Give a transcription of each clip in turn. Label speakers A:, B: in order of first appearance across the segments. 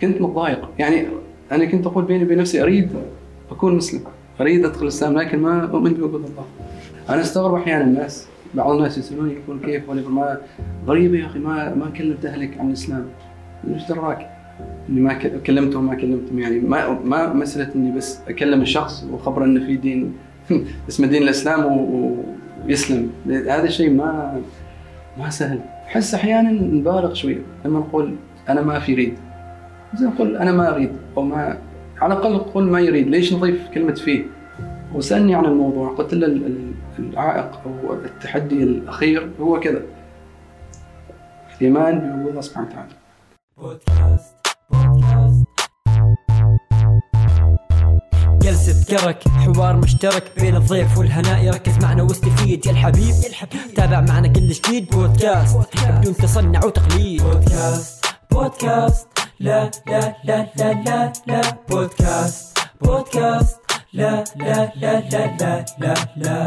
A: كنت متضايق يعني. أنا كنت أقول بيني وبين نفسي أريد أكون مسلم، أريد أدخل الإسلام، لكن ما أؤمن بوجود الله. أنا أستغرب أحيانا الناس، بعض الناس يسألوني يقول كيف أوليفر ما غريبة يا أخي ما كلمت أهلك عن الإسلام، إيش دراك إني ما كلمتهم يعني ما مسألة إني بس أكلم الشخص وخبره إن في دين اسمه دين الإسلام ويسلم. هذا الشيء ما سهل. أحس أحيانا نبالغ شوية لما نقول أنا ما في ريد، زي نقول أنا ما أريد، أو ما على الأقل نقول ما يريد. ليش نضيف كلمة فيه؟ وسألني عن الموضوع، قلت له العائق أو التحدي الأخير هو كذا، الإيمان بوجود الله سبحانه وتعالى.
B: بودكاست جلسة كرك، حوار مشترك بين الضيف والهناء، يركز معنا واستفيد يا الحبيب. تابع معنا كل جديد، بودكاست بدون تصنع وتقليد. بودكاست لا لا لا لا لا لا بودكاست لا لا لا لا لا لا لا.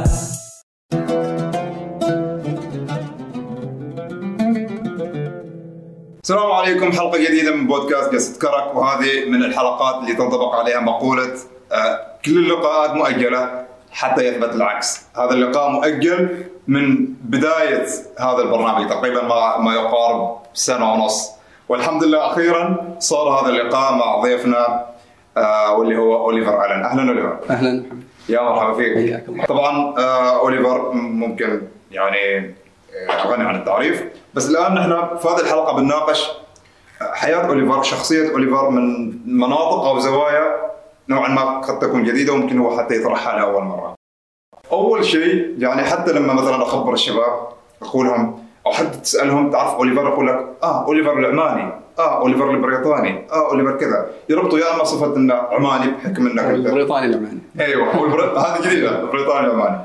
C: السلام عليكم، حلقة جديدة من بودكاست جلسة كرك، وهذه من الحلقات اللي تنطبق عليها مقولة كل اللقاءات مؤجلة حتى يثبت العكس. هذا اللقاء مؤجل من بداية هذا البرنامج تقريبا ما يقارب سنة ونص، والحمد لله أخيرا صار هذا اللقاء مع ضيفنا واللي هو أوليفر ألن. أهلا أوليفر.
A: أهلا محمد.
C: يا مرحبا فيك.
A: حياك الله.
C: طبعا أوليفر ممكن يعني غني عن التعريف، بس الآن نحن في هذه الحلقة بنناقش حياة أوليفر، شخصية أوليفر من مناطق أو زوايا نوعا ما قد تكون جديدة وممكن هو حتى يطرحها لأول مرة. أول شيء يعني حتى لما مثلا أخبر الشباب أقولهم أو حتى تسألهم تعرف أوليفر، أقول لك أوليفر العماني، أوليفر البريطاني، أوليفر كذا، يربطوا يا أما صفة إنه عماني بحكم إنه
A: البريطاني العماني.
C: أيوة هذه جديدة، البريطاني العماني.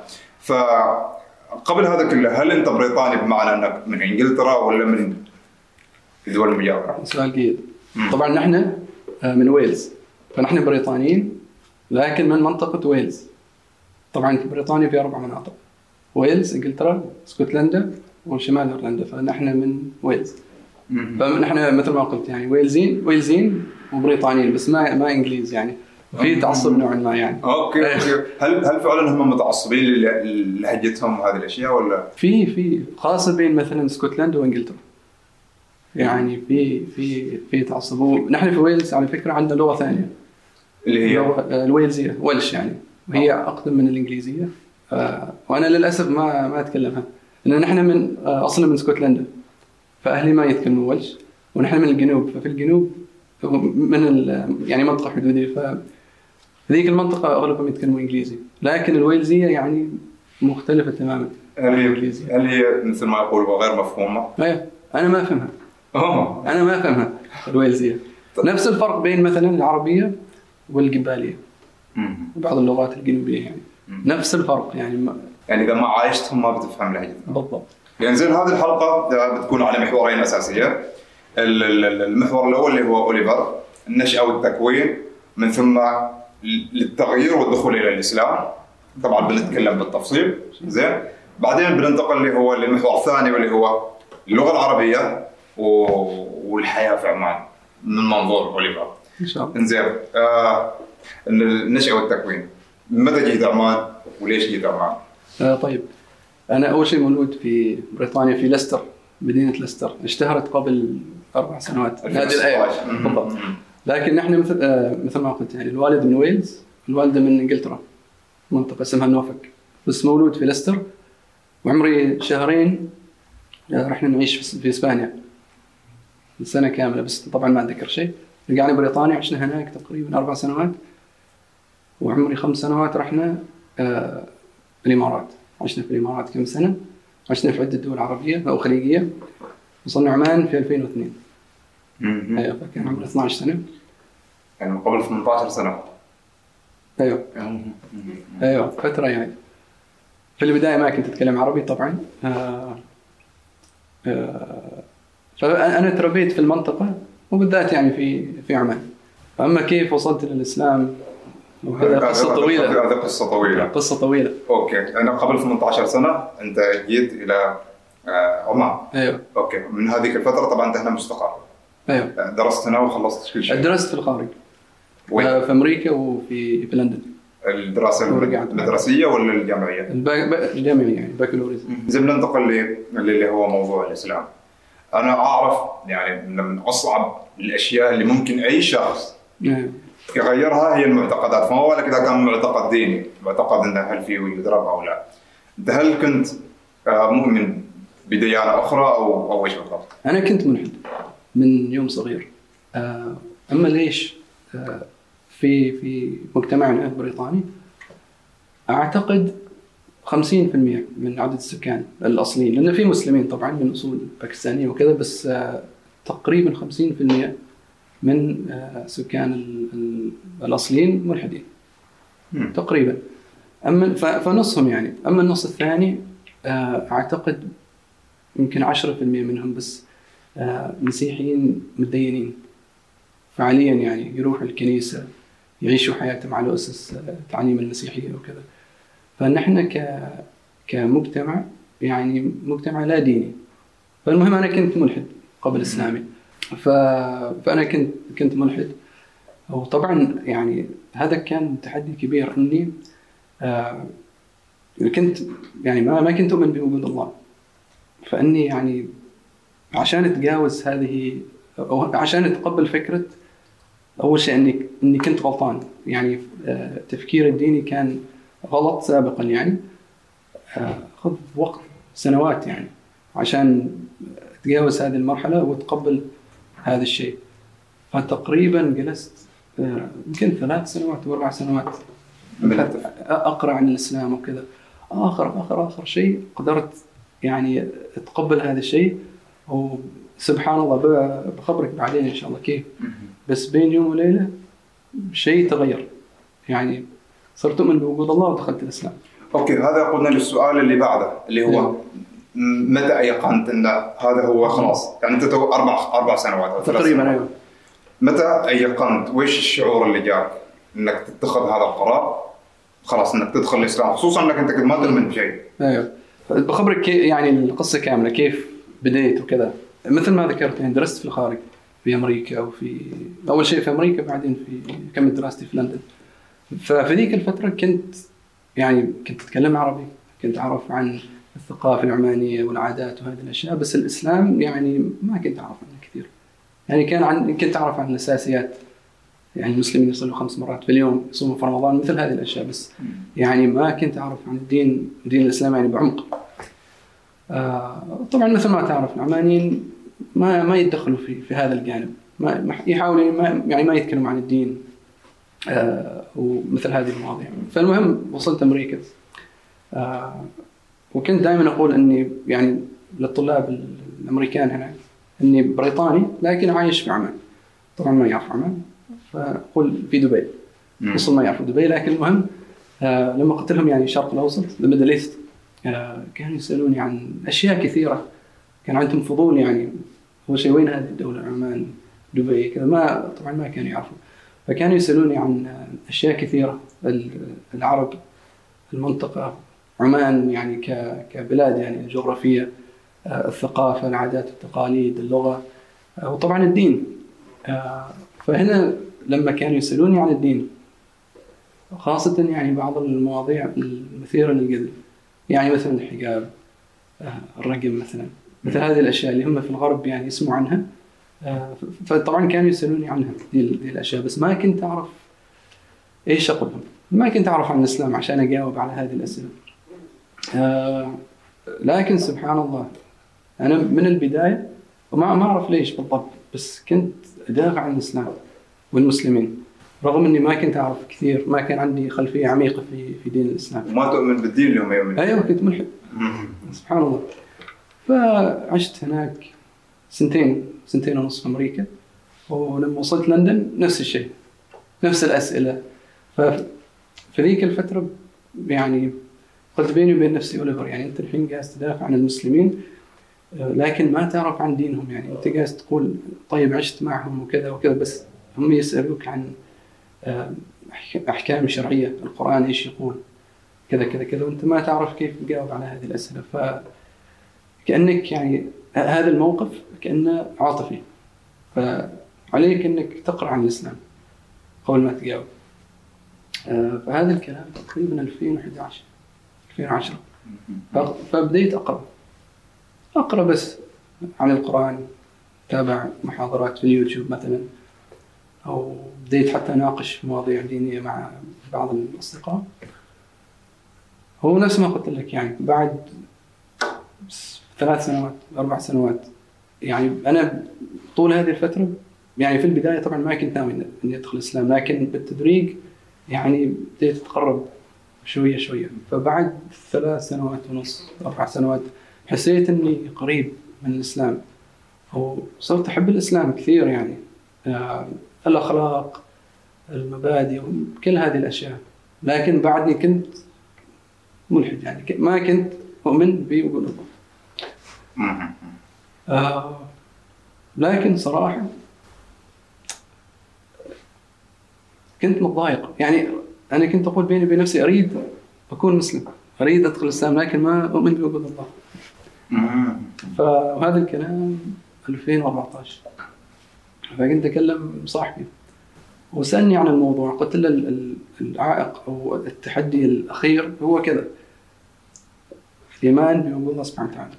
C: فقبل هذا كله، هل أنت بريطاني بمعنى إنك من إنجلترا ولا من الدول المجاورة؟
A: سؤال جيد. طبعا نحن من ويلز، فنحن بريطانيين لكن من منطقة ويلز. طبعا بريطانيا في 4 مناطق: ويلز، إنجلترا، اسكتلندا، وشمال إيرلندا. فنحن من ويلز. فنحن مثل ما قلت يعني ويلزين وبريطانيين، بس ما إنجليز يعني. في تعصب نوعا ما يعني.
C: اوكي. هل فعلا هم متعصبين لهجتهم وهذه الاشياء ولا؟
A: في خاصة بين مثلا اسكتلندا وانجلترا يعني في تعصب. نحن في ويلز على فكرة عندنا لغة ثانية
C: اللي هي
A: الويلزية، ويلش يعني، وهي أقدم من الإنجليزية. وأنا للأسف ما أتكلمها، لأن نحن من أصلا من اسكتلندا، فأهلي ما يتكلموا ويلش، ونحن من الجنوب. ففي الجنوب من يعني منطقة حدودية، فذيك المنطقة أغلبهم يتكلموا إنجليزي، لكن الويلزية يعني مختلفة تماما.
C: هل هي مثل ما يقولوا غير مفهومة؟
A: أيه، أنا ما أفهمها. أنا ما أفهمها الويلزية. نفس الفرق بين مثلا العربية والقبالية وبعض اللغات الجنوبية يعني. نفس الفرق يعني
C: إذا ما عايشتهم ما بتفهم لهجتهم.
A: بالضبط.
C: يعني زين، هذه الحلقة بتكون على محورين أساسية. المحور الأول اللي هو أوليفر، النشأة والتكوين، من ثم للتغيير والدخول إلى الإسلام. طبعا بنتكلم بالتفصيل. زين، بعدين بننتقل اللي هو للمحور الثاني واللي هو اللغة العربية والحياة في عمان من منظور أوليفر
A: إن شاء الله.
C: إنزين، النشأة والتكوين، متى جيت عمان وليش جيت عمان؟
A: طيب، أنا أول شيء مولود في بريطانيا في ليستر، مدينة ليستر. اشتهرت قبل 4 سنوات هذه الآية بالضبط. لكن نحن مثل ما قلت يعني الوالد من ويلز، الوالدة من إنجلترا، منطقة اسمها نوفك، بس مولود في ليستر. وعمري 2 شهرين رحنا نعيش في إسبانيا سنة كاملة، بس طبعا ما أتذكر شيء. رجعنا بريطانيا، عشنا هناك تقريبا 4 سنوات. وعمري 5 سنوات رحنا الإمارات، عشنا في الإمارات كم سنة، عشنا في عدة دول عربية أو خليجية. وصلنا عمان في 2002. أيوة، فكان عمري 12 سنة
C: يعني قبل 18 سنة.
A: أيوة فترة يعني. في البداية ما كنت أتكلم عربي طبعا. فأنا تربيت في المنطقة وبالذات يعني في عمان. أما كيف وصلت للإسلام وهذا قصة طويلة.
C: أوكي، أنا قبل 18 سنة أنت جيت إلى عمان.
A: أيوة.
C: أوكي، من هذه الفترة طبعا أنت هنا مستقر.
A: ايوه
C: درست هنا وخلصت كل شيء؟
A: درست في الخارج.
C: وين؟
A: في امريكا وفي لندن.
C: الدراسه المدرسيه ولا الجامعيه؟
A: الجامعيه يعني بكالوريوس.
C: زي ما ننتقل اللي هو موضوع الاسلام. انا اعرف يعني من اصعب الاشياء اللي ممكن اي شخص يغيرها هي المعتقدات، فما بالك اذا كان معتقد ديني، معتقد انه هل في وجود رب او لا. انت هل كنت مؤمن بديانه اخرى او ايش بالضبط؟
A: انا كنت ملحد من يوم صغير. اما ليش؟ في مجتمعنا البريطاني اعتقد 50% من عدد السكان الاصليين، لان في مسلمين طبعا من اصول باكستانيه وكذا، بس تقريبا 50% من سكان الاصليين ملحدين تقريبا. اما فنصهم يعني. اما النص الثاني اعتقد يمكن 10% منهم بس مسيحيين متدينين فعليا، يعني يروحوا الكنيسه، يعيشوا حياتهم على اسس تعليم المسيحيه وكذا. فنحن كمجتمع يعني مجتمع لا ديني. فالمهم انا كنت ملحد قبل اسلامي. فانا كنت ملحد، وطبعا يعني هذا كان تحدي كبير اني كنت يعني ما كنت اؤمن بوجود الله. فاني يعني عشان اتجاوز هذه أو عشان اتقبل فكره، اول شيء اني كنت غلطان، يعني تفكير الديني كان غلط سابقا، يعني خذ وقت سنوات يعني عشان اتجاوز هذه المرحله واتقبل هذا الشيء. فتقريبا جلست يمكن 3 سنوات و 4 سنوات اقرا عن الاسلام وكذا. اخر شيء قدرت يعني اتقبل هذا الشيء، وسبحان الله بخبرك بعدين ان شاء الله كيف. بس بين يوم وليله شيء تغير، يعني صرت أؤمن بوجود الله ودخلت الإسلام.
C: أوكي، هذا قلنا للسؤال اللي بعده اللي هو متى أيقنت أن هذا هو خلاص؟ يعني أنت 4 سنوات أو 3
A: تقريبا. أيوه.
C: متى أيقنت؟ وإيش الشعور اللي جاك إنك تتخذ هذا القرار خلاص إنك تدخل الإسلام، خصوصا إنك أنت كنت ما تؤمن بشيء؟
A: أيوه. بخبرك يعني القصة كاملة كيف بديت وكذا. مثل ما ذكرت يعني درست في الخارج في أمريكا، وفي أول شيء في أمريكا، بعدين كملت دراستي في لندن. ففي ذيك الفترة كنت أتكلم عربي، كنت أعرف عن الثقافة العمانية والعادات وهذه الأشياء، بس الإسلام يعني ما كنت أعرف عنه كثير. يعني كنت أعرف عن الأساسيات، يعني المسلمين يصلوا 5 مرات في اليوم، يصوموا في رمضان، مثل هذه الأشياء، بس يعني ما كنت أعرف عن دين الإسلام يعني بعمق. طبعا مثل ما تعرف العمانيين ما يتدخلوا في هذا الجانب، ما يحاولوا يعني ما يتكلموا عن الدين ومثل هذه المواضيع. فالمهم وصلت أمريكا، وكنت دائما أقول أني يعني للطلاب الأمريكان هنا أني بريطاني لكن عايش في عمان. طبعا ما يعرف عمان، فأقول في دبي. وصل ما يعرفوا دبي، لكن المهم لما قلت لهم يعني الشرق الأوسط الميدل إيست، كانوا يسألوني عن أشياء كثيرة، كان عندهم فضول يعني هو شيء وين هذه الدولة عمان دبي كذا، طبعا ما كانوا يعرفوا. فكانوا يسألوني عن أشياء كثيرة، العرب، المنطقة، عمان يعني كبلاد يعني الجغرافية، الثقافة، العادات والتقاليد، اللغة، وطبعا الدين. فهنا لما كانوا يسألوني عن الدين، خاصة يعني بعض المواضيع المثيرة للجدل، يعني مثلا الحجاب، الرجم مثل هذه الأشياء اللي هم في الغرب يعني يسمعوا عنها. فطبعا كانوا يسألوني عنها دي الأشياء، بس ما كنت أعرف إيش أقول لهم، ما كنت أعرف عن الإسلام عشان أجاوب على هذه الأسئلة. لكن سبحان الله أنا من البداية وما أعرف ليش بالضبط، بس كنت أدافع عن الإسلام والمسلمين رغم أني ما كنت أعرف كثير، ما كان عندي خلفية عميقة في دين الإسلام.
C: ما تؤمن بالدين اللي هم يؤمنون؟
A: أيوة كنت ملحد سبحان الله. فعشت هناك 2 ونص في أمريكا، ولما وصلت لندن نفس الشيء، نفس الأسئلة. ففي ذيك الفترة يعني قلت بيني وبين نفسي أوليفر، يعني أنت الحين قاعد تدافع عن المسلمين لكن ما تعرف عن دينهم، يعني أنت قاعد تقول طيب عشت معهم وكذا وكذا، بس هم يسألوك عن أحكام شرعية، القرآن إيش يقول كذا كذا كذا، وأنت ما تعرف كيف تجاوب على هذه الأسئلة. فكأنك يعني هذا الموقف كأنه عاطفي، فعليك انك تقرأ عن الإسلام قبل ما تجاوب. فهذا الكلام تقريبا 2011 2010. فبديت أقرأ بس عن القرآن، تابع محاضرات في اليوتيوب مثلا، أو بديت حتى أناقش مواضيع دينية مع بعض الأصدقاء. هو نفس ما قلت لك يعني بعد 3 سنوات 4 سنوات، يعني أنا طول هذه الفترة يعني في البداية طبعا ما كنت ناوي إني أدخل الإسلام، لكن بالتدريج يعني بديت أتقرب شوية شوية. فبعد 3 سنوات ونص 4 سنوات حسيت إني قريب من الإسلام، وصرت أحب الإسلام كثير يعني، الأخلاق، المبادئ، كل هذه الأشياء. لكن بعدني كنت ملحد يعني، ما كنت أؤمن بوجود الله. لكن صراحة كنت متضايق يعني. أنا كنت أقول بيني وبين نفسي أريد أكون مسلم، أريد أدخل الإسلام، لكن ما أؤمن بوجود الله. فهذا الكلام 2014. فكنت أكلم صاحبي وسألني عن الموضوع، قلت له العائق أو التحدي الأخير هو كذا، الإيمان بوجود الله سبحانه وتعالى.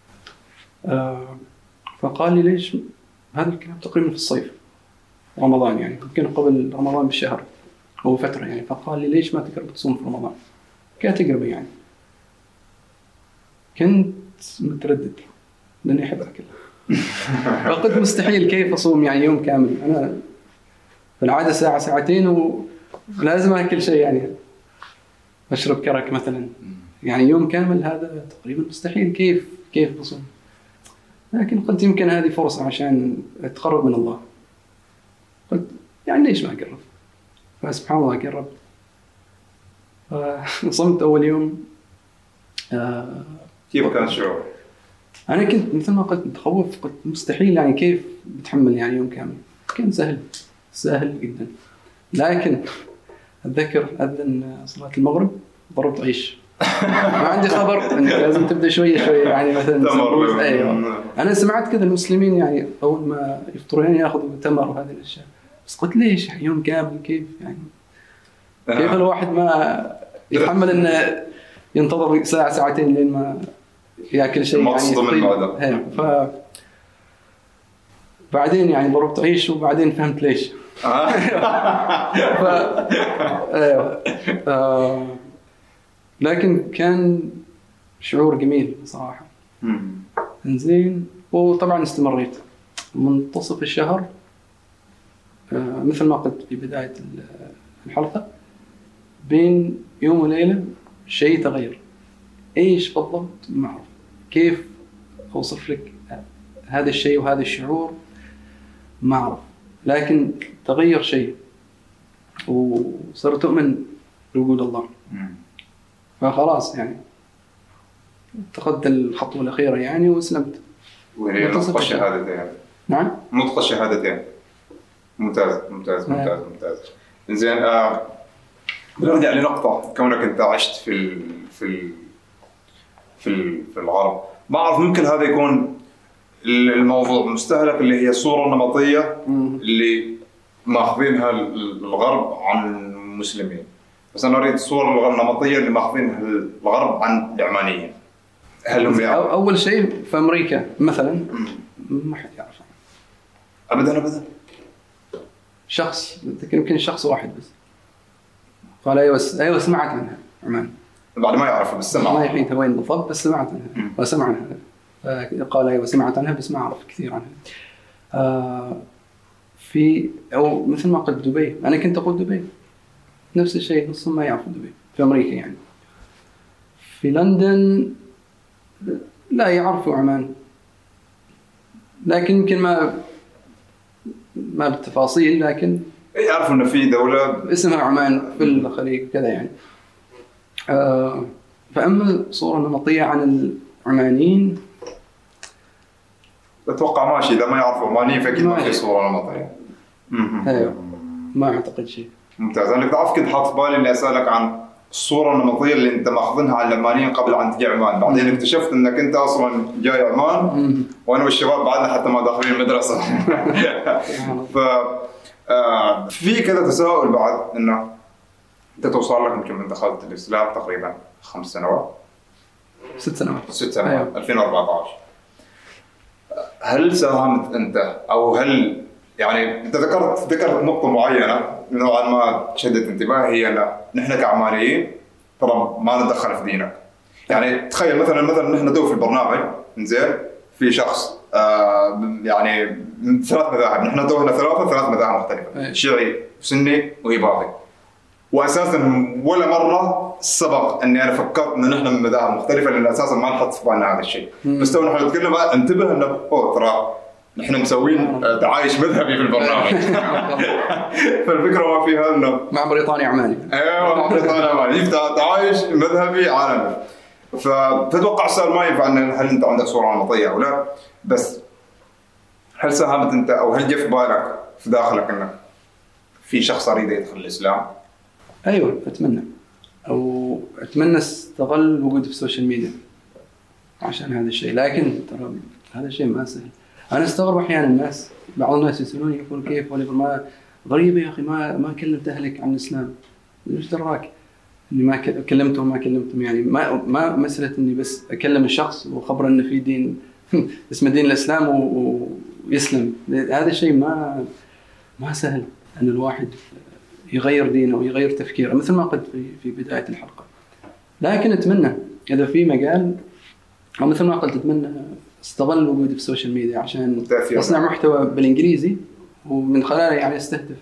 A: فقال لي ليش هذا الكلام تقريبا في الصيف رمضان، يعني يمكن قبل رمضان بشهر أو فترة يعني. فقال لي ليش ما تقرب تصوم في رمضان كتجربة يعني. كنت متردد لأني أحب أكل. فقلت مستحيل، كيف أصوم يعني يوم كامل؟ أنا في العادة ساعة ساعتين ولازم أكل شيء يعني، أشرب كرك مثلا، يعني يوم كامل هذا تقريبا مستحيل. كيف أصوم؟ لكن قلت يمكن هذه فرصة عشان أتقرب من الله. قلت يعني ليش ما أقرب؟ فسبحان الله قربت. صمت أول يوم.
C: كيف كان الشعور؟
A: أنا كنت مثل ما قلت متخوف، قلت مستحيل يعني كيف بتحمل يعني يوم كامل. كان سهل جدا. لكن أتذكر أذن صلاة المغرب ضربت عيش. ما عندي خبر أنك لازم تبدأ شوية يعني مثلا. أيوة. أنا سمعت كذا المسلمين يعني أول ما يفطرون يأخذوا تمر وهذه الأشياء، بس قلت ليش يوم كامل؟ كيف يعني كيف الواحد ما يتحمل إنه ينتظر ساعة ساعتين لين ما يأكل شيء يعني. بعدين يعني ضربت عيش وبعدين فهمت ليش. لكن كان شعور جميل صراحة. إنزين. وطبعا استمريت منتصف الشهر، مثل ما قلت في بداية الحلقة، بين يوم وليلة شيء تغير. إيش بالضبط ما أعرف، كيف أوصف لك هذا الشيء وهذا الشعور ما أعرف، لكن تغير شيء وصرت أؤمن بوجود الله. فخلاص يعني اتخذت الخطوة الأخيرة يعني وأسلمت.
C: وهي نطق الشهادتين.
A: نعم.
C: نطق الشهادتين. ممتاز. إنزين. بنرجع لنقطة، كونك أنت عشت في الغرب، ما أعرف ممكن هذا يكون الموضوع مستهلك، اللي هي الصورة النمطية اللي ماخذينها الغرب عن المسلمين. بس أنا أريد الصورة النمطية اللي ماخذينها الغرب عن العمانيين. هل هم
A: أول شيء في أمريكا مثلا ما حد يعرف
C: أبدا.
A: شخص يمكن شخص واحد بس قال أيوة سمعت عنها عمان.
C: بعد ما يعرف بالسمع،
A: ما يحيطها وين بالضبط، بس سمعت عنها وسمع عنها. قال أيوة سمعت عنها بس ما أعرف كثير عنها. أو مثل ما قلت دبي، أنا كنت أقول دبي نفس الشيء، نصهم ما يعرفوا دبي في أمريكا يعني. في لندن لا يعرفوا عمان، لكن يمكن ما بالتفاصيل، لكن
C: يعرفوا إن في دولة
A: اسمها عمان في الخليج كذا يعني. فأما الصورة النمطية عن العمانيين
C: أتوقع ماشي، إذا ما يعرفوا عمانيين فأكيد ما في صورة نمطية.
A: أيوة. ما أعتقد شيء.
C: ممتاز. أنا تعرف كنت حاط في بالي إني أسألك عن الصوره النمطيه اللي انت ماخذينها على العمانيين قبل ان تجي عمان، بعدين اكتشفت انك انت اصلا جاي عمان وانا والشباب بعدنا حتى ما داخلين المدرسه. ف في كذا تساؤل بعد انه انت توصل لك يمكن من دخلت الاسلام تقريبا 5 سنوات
A: 6 سنوات
C: 6 سنوات 2014. هل ساهمت انت او هل يعني انت ذكرت نقطه معينه نوعا ما شدت انتباهي، هي لا نحن كعمانيين ترى ما ندخل في دينك. يعني تخيل مثلا نحن في البرنامج زين في شخص يعني من 3 مذاهب، نحن هنا 3 مذاهب مختلفه، شيعي وسني وإباضي، واساسا ولا مره سبق اني انا فكرت ان نحن من مذاهب مختلفه لان اساسا ما نحط في بالنا هذا الشيء. بس تو نحن نتكلم انتبه انه ترى نحن مسوين تعايش مذهبي في البرنامج. فالفكره ما فيها انه
A: مع بريطانيا عماني.
C: ايوه مع بريطانيا عماني تعايش مذهبي عالمي. فتتوقع السؤال ما ينفع ان هل انت عندك صوره نمطيه او لا، بس هل ساهمت انت او هل جاء في بالك في داخلك انك في شخص اريد يدخل الاسلام؟
A: ايوه اتمنى استغل وجودي في السوشيال ميديا عشان هذا الشيء، لكن ترى هذا الشيء ما سهل. انا استغرب احيانا بعض الناس يسالوني يقول كيف ما غريبه يا اخي ما كلمت اهلك عن الاسلام، ايش دراك اني ما كلمتهم يعني ما مساله اني بس اكلم الشخص وخبره انه في دين اسمه دين الاسلام ويسلم. هذا الشيء ما سهل ان الواحد يغير دينه ويغير تفكيره مثل ما قلت في بدايه الحلقه. لكن اتمنى اذا في مجال او مثل ما قلت اتمنى استغل وجودي في السوشيال ميديا عشان اصنع محتوى بالانجليزي ومن خلاله يعني استهدف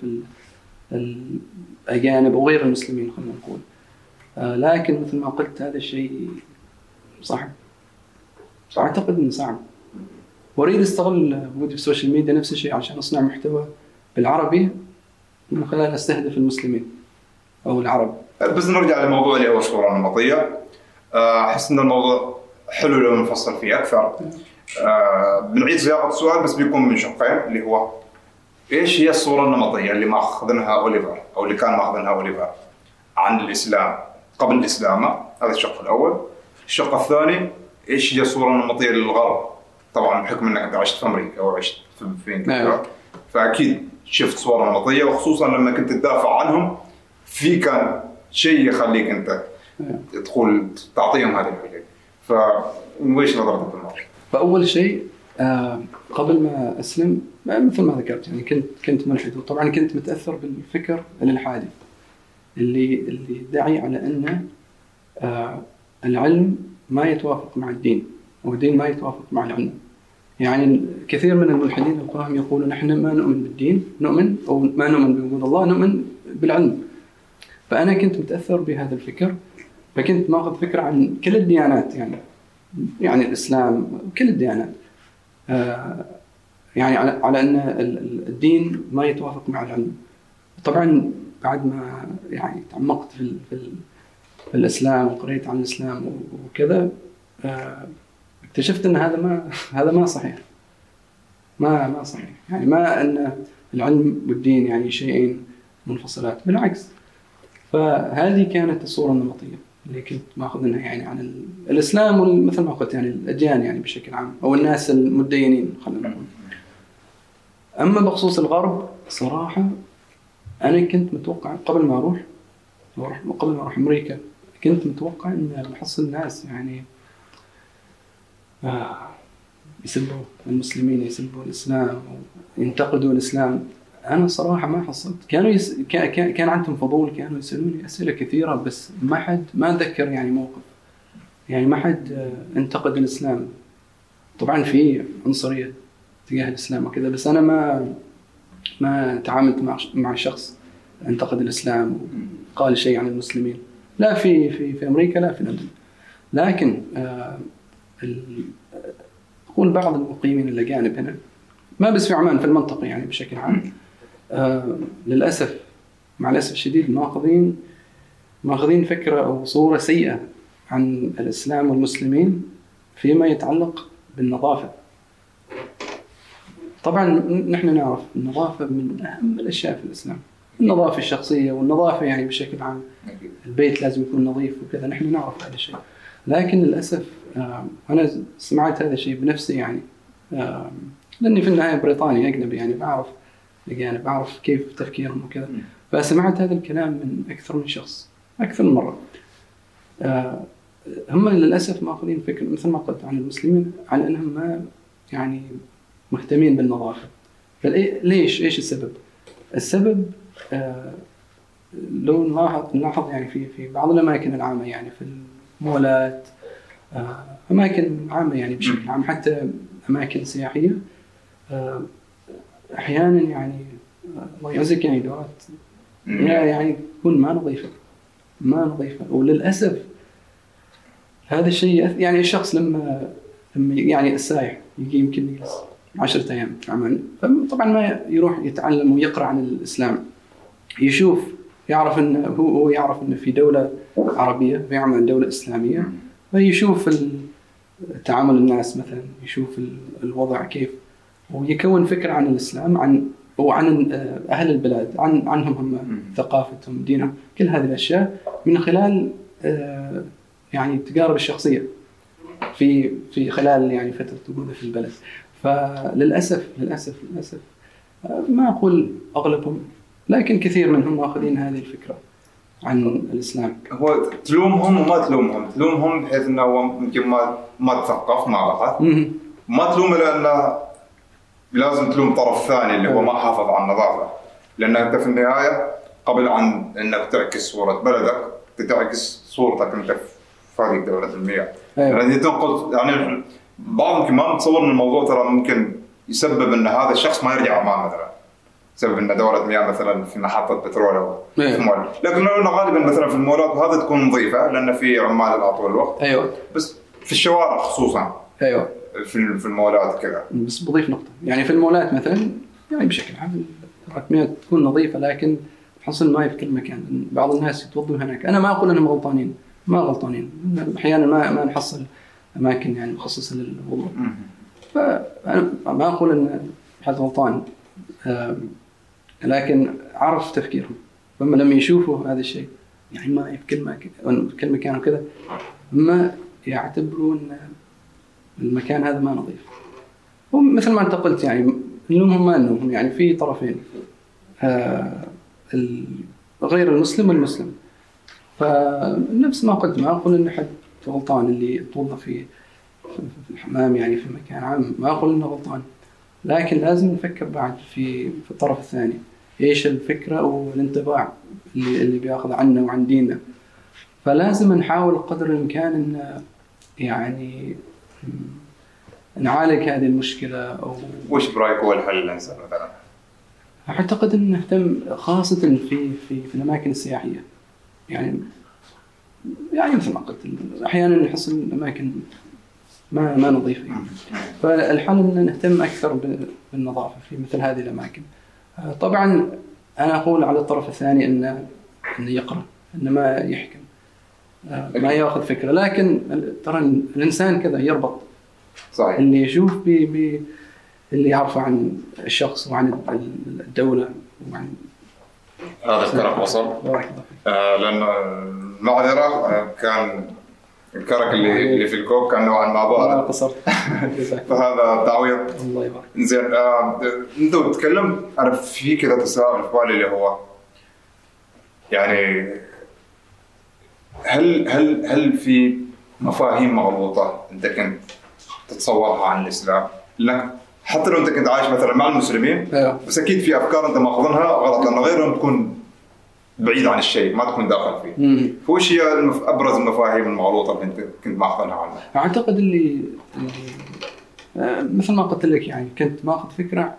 A: الاجانب وغير المسلمين خلينا نقول. لكن مثل ما قلت هذا الشيء صعب، اعتقد انه صعب، واريد استغل وجودي في السوشيال ميديا نفس الشيء عشان اصنع محتوى بالعربي من خلال استهدف المسلمين او العرب.
C: بس نرجع للموضوع اللي هو الصوره النمطيه. احس ان الموضوع حلو لو نفصل فيه اكثر. بنعيد صياغه السؤال بس بيكون من شقين، اللي هو ايش هي الصوره النمطيه اللي ماخذنها اوليفر او اللي كان ماخذنها اوليفر عن الاسلام قبل الاسلام؟ هذا الشق الاول. الشق الثاني ايش هي الصوره النمطيه للغرب؟ طبعا بحكم انك انت عشت في امريكا او عشت في انجلترا فاكيد شفت صوره نمطيه، وخصوصا لما كنت تدافع عنهم في كان شيء يخليك انت تقول تعطيهم هذه الحجج. فايش نظرتك في الموضوع؟
A: فاول شيء قبل ما اسلم مثل ما ذكرت يعني كنت ملحد، وطبعا كنت متاثر بالفكر الالحادي اللي يدعي على ان العلم ما يتوافق مع الدين والدين ما يتوافق مع العلم. يعني كثير من الملحدين القاهم يقولون نحن ما نؤمن بالدين، نؤمن أو ما نؤمن بوجود الله، نؤمن بالعلم. فأنا كنت متأثر بهذا الفكر، فكنت ماخذ فكرة عن كل الديانات يعني الإسلام وكل الديانات يعني على أن الدين ما يتوافق مع العلم. طبعا بعد ما يعني تعمقت في الإسلام وقريت عن الإسلام وكذا اكتشفت ان هذا ما صحيح، ما صحيح، يعني ما ان العلم والدين يعني شيئين منفصلات، بالعكس. فهذه كانت الصوره النمطيه اللي كنت ماخذ منها يعني عن الاسلام ومثل ما قلت يعني الاديان يعني بشكل عام او الناس المتدينين خلينا نقول. اما بخصوص الغرب صراحه انا كنت متوقع قبل ما اروح امريكا كنت متوقع ان بحصل الناس يعني يسبوا المسلمين، يسبوا الإسلام وينتقدوا الإسلام. أنا صراحة ما حصلت. كان عندهم فضول، كانوا يسألوني أسئلة كثيرة بس ما ذكر يعني موقف، يعني ما حد انتقد الإسلام. طبعا في عنصرية تجاه الإسلام وكذا، بس أنا ما تعاملت مع شخص انتقد الإسلام وقال شيء عن المسلمين، لا في أمريكا لا في لندن. لكن أقول بعض المقيمين الأجانب هنا ما بس في عمان، في المنطقة يعني بشكل عام للأسف مع الأسف الشديد ماخذين فكرة أو صورة سيئة عن الإسلام والمسلمين فيما يتعلق بالنظافة. طبعا نحن نعرف النظافة من أهم الأشياء في الإسلام، النظافة الشخصية والنظافة يعني بشكل عام. البيت لازم يكون نظيف وكذا، نحن نعرف هذا الشيء. لكن للأسف أنا سمعت هذا الشيء بنفسي يعني، لأني في النهاية بريطاني أجنبي يعني بعرف كيف تفكيرهم وكذا. فسمعت هذا الكلام من أكثر من شخص أكثر من مرة. هم للأسف ماخذين فكرة مثل ما قلت عن المسلمين على أنهم ما يعني مهتمين بالنظافة. ليش؟ إيش السبب؟ السبب لو نلاحظ يعني في بعض الأماكن العامة يعني في المولات، أماكن عامة يعني بشكل عام، حتى أماكن سياحية أحيانا يعني الله يعزك يعني دورات يعني تكون ما نظيفة. وللأسف هذا الشيء يعني الشخص لما يعني السائح يجي يمكن يجلس 10 أيام في عمان، فطبعا ما يروح يتعلم ويقرأ عن الإسلام، يعرف إن هو يعرف إن في دولة عربية، في عمان دولة إسلامية، فيشوف تعامل الناس مثلا، يشوف الوضع كيف، ويكون فكرة عن الإسلام وعن أهل البلاد، عنهم هم، ثقافتهم، دينهم، كل هذه الأشياء من خلال يعني التجارب الشخصية في خلال يعني فترة وجوده في البلد. فللأسف ما أقول أغلبهم، لكن كثير منهم أخذين هذه الفكرة عن الإسلام.
C: هو تلومهم وما تلومهم بحيث أنه هو ممكن ما تثقف، ما بحث، ما تلومه لأنه لازم تلوم طرف ثاني اللي هو ما حافظ على النظافة، لأن أنت في النهاية قبل عن أنك تعكس صورة بلدك تعكس صورتك أنت في هذه دولة المياه. يعني تنقل يعني بعض يمكن ما متصور ان الموضوع ترى ممكن يسبب ان هذا الشخص ما يرجع عمان مثلا، يسبب ان دورة مياه مثلا في محطة بترول او في مول، لكن غالبا مثلا في المولات هذا تكون نظيفة لان في عمال على طول الوقت. بس في الشوارع خصوصا في المولات كذا.
A: بس بضيف نقطة يعني في المولات مثلا يعني بشكل عام الرقميات تكون نظيفة، لكن تحصل ماء في كل مكان. بعض الناس يتوضوا هناك، أنا ما أقول أنهم غلطانين، ما غلطانين، أحيانا ما نحصل أماكن يعني مخصصة للوضوء، فأنا ما أقول أن حد غلطان، لكن عرف تفكيرهم. فهم لما يشوفوا هذا الشيء يعني ما في كل مكان وكذا، ما يعتبرون المكان هذا ما نظيف. ومثل ما أنت قلت يعني نلومهم ما نلومهم، يعني في طرفين، غير المسلم والمسلم. فنفس ما قلت، ما أقول أن حد غلطان اللي يتوضأ في الحمام يعني في مكان عام، ما أقول إنه غلطان، لكن لازم نفكر بعد في الطرف الثاني، إيش الفكرة والانطباع اللي بيأخذ عنا وعن ديننا. فلازم نحاول قدر الإمكان إن يعني نعالج هذه المشكلة. أو
C: وش برأيك هو الحل الأنسب مثلا؟
A: أعتقد إن نهتم خاصة في الأماكن السياحية، يعني مثل ما قلت أحياناً نحصل الأماكن ما نظيفة يعني. فالحل إن نهتم أكثر بالنظافة في مثل هذه الأماكن. طبعاً أنا أقول على الطرف الثاني إنه يقرأ، إنه ما يحكم، ما يأخذ فكرة، لكن ترى الإنسان كذا يربط.
C: صحيح.
A: اللي يشوف اللي يعرف عن الشخص وعن الدولة وعن
C: هذا الكرك وصل. لأن المعذرة كان الكرك اللي في الكوب كان نوعا ما بارد.
A: قصرت.
C: فهذا تعويض.
A: الله يبارك.
C: زين، أنت تتكلم أنا في كذا تساؤل في بالي اللي هو يعني هل في مفاهيم مغلوطة أنت كنت تتصورها عن الإسلام؟ لأنك حتى لو أنت كنت عايش مثلا مع المسلمين، بس أكيد في أفكار أنت ماخذنها غلط لأن غيرهم تكون بعيد عن الشيء، ما تكون داخل فيه. فوش هي أبرز المفاهيم المغلوطة اللي أنت كنت ماخذنها عنها؟
A: أعتقد اللي مثل ما قلت لك يعني كنت ماخذ فكرة